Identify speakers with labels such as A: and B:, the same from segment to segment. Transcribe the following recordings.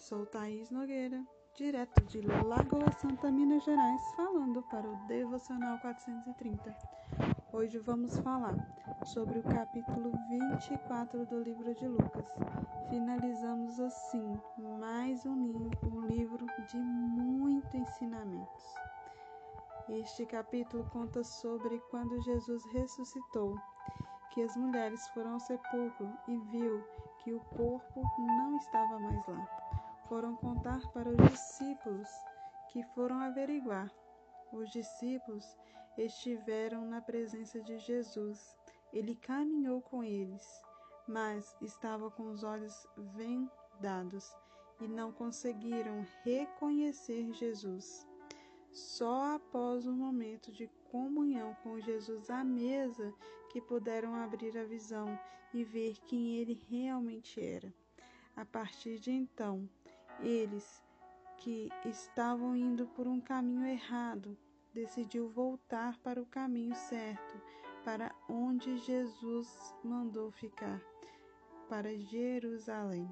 A: Sou Thaís Nogueira, direto de Lagoa Santa, Minas Gerais, falando para o Devocional 430. Hoje vamos falar sobre o capítulo 24 do livro de Lucas. Finalizamos assim mais um livro de muitos ensinamentos. Este capítulo conta sobre quando Jesus ressuscitou, que as mulheres foram ao sepulcro e viu que o corpo não estava mais lá. Foram contar para os discípulos, que foram averiguar. Os discípulos estiveram na presença de Jesus. Ele caminhou com eles, mas estava com os olhos vendados e não conseguiram reconhecer Jesus. Só após um momento de comunhão com Jesus à mesa que puderam abrir a visão e ver quem ele realmente era. A partir de então, eles que estavam indo por um caminho errado, decidiu voltar para o caminho certo, para onde Jesus mandou ficar, para Jerusalém.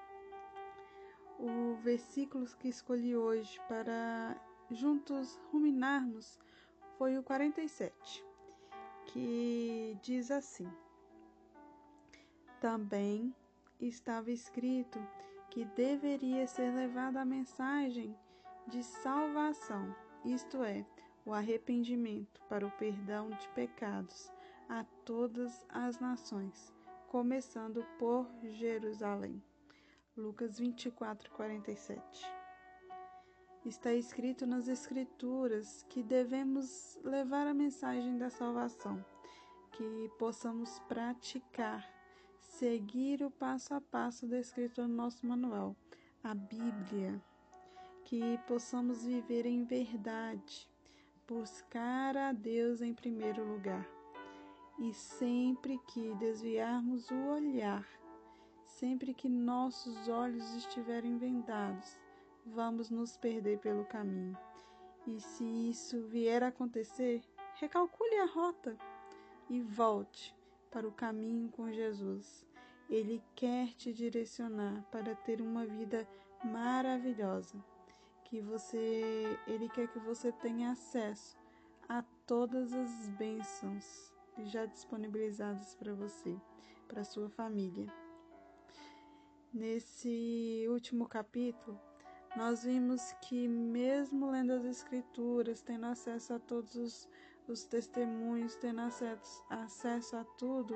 A: O versículo que escolhi hoje para juntos ruminarmos foi o 47, que diz assim: Também estava escrito que deveria ser levada a mensagem de salvação, isto é, o arrependimento para o perdão de pecados a todas as nações, começando por Jerusalém. Lucas 24:47. Está escrito nas Escrituras que devemos levar a mensagem da salvação, que possamos praticar, seguir o passo a passo descrito no nosso manual, a Bíblia, que possamos viver em verdade, buscar a Deus em primeiro lugar. E sempre que desviarmos o olhar, sempre que nossos olhos estiverem vendados, vamos nos perder pelo caminho. E se isso vier a acontecer, recalcule a rota e volte para o caminho com Jesus. Ele quer te direcionar para ter uma vida maravilhosa. Ele quer que você tenha acesso a todas as bênçãos já disponibilizadas para você, para sua família. Nesse último capítulo, nós vimos que mesmo lendo as Escrituras, tendo acesso a todos os testemunhos, tendo acesso a tudo,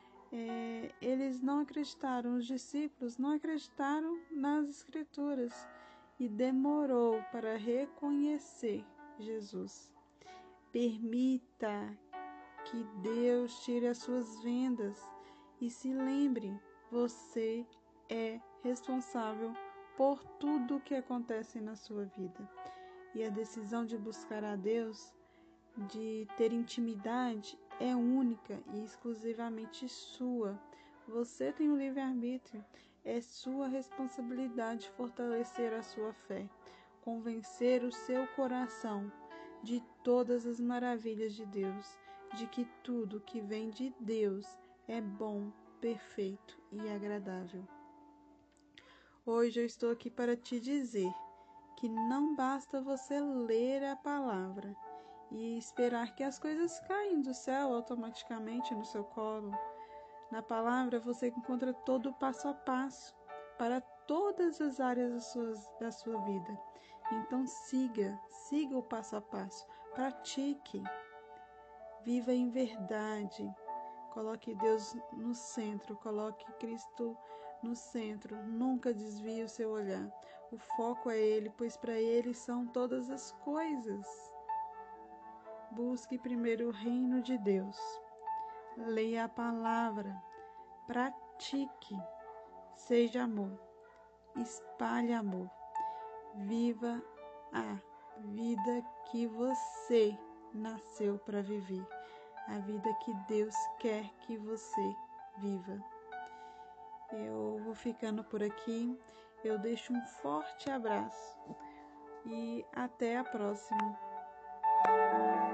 A: eles não acreditaram, os discípulos não acreditaram nas Escrituras e demorou para reconhecer Jesus. Permita que Deus tire as suas vendas e se lembre, você é responsável por tudo o que acontece na sua vida. E a decisão de buscar a Deus, de ter intimidade, é única e exclusivamente sua. Você tem o livre-arbítrio. É sua responsabilidade fortalecer a sua fé, convencer o seu coração de todas as maravilhas de Deus, de que tudo que vem de Deus é bom, perfeito e agradável. Hoje eu estou aqui para te dizer que não basta você ler a palavra e esperar que as coisas caem do céu automaticamente no seu colo. Na palavra você encontra todo o passo a passo para todas as áreas da sua vida. Então siga o passo a passo, pratique, viva em verdade, coloque Deus no centro, coloque Cristo no centro, nunca desvie o seu olhar. O foco é Ele, pois para Ele são todas as coisas. Busque primeiro o reino de Deus. Leia a palavra, pratique, seja amor, espalhe amor, viva a vida que você nasceu para viver, a vida que Deus quer que você viva. Eu vou ficando por aqui, eu deixo um forte abraço e até a próxima.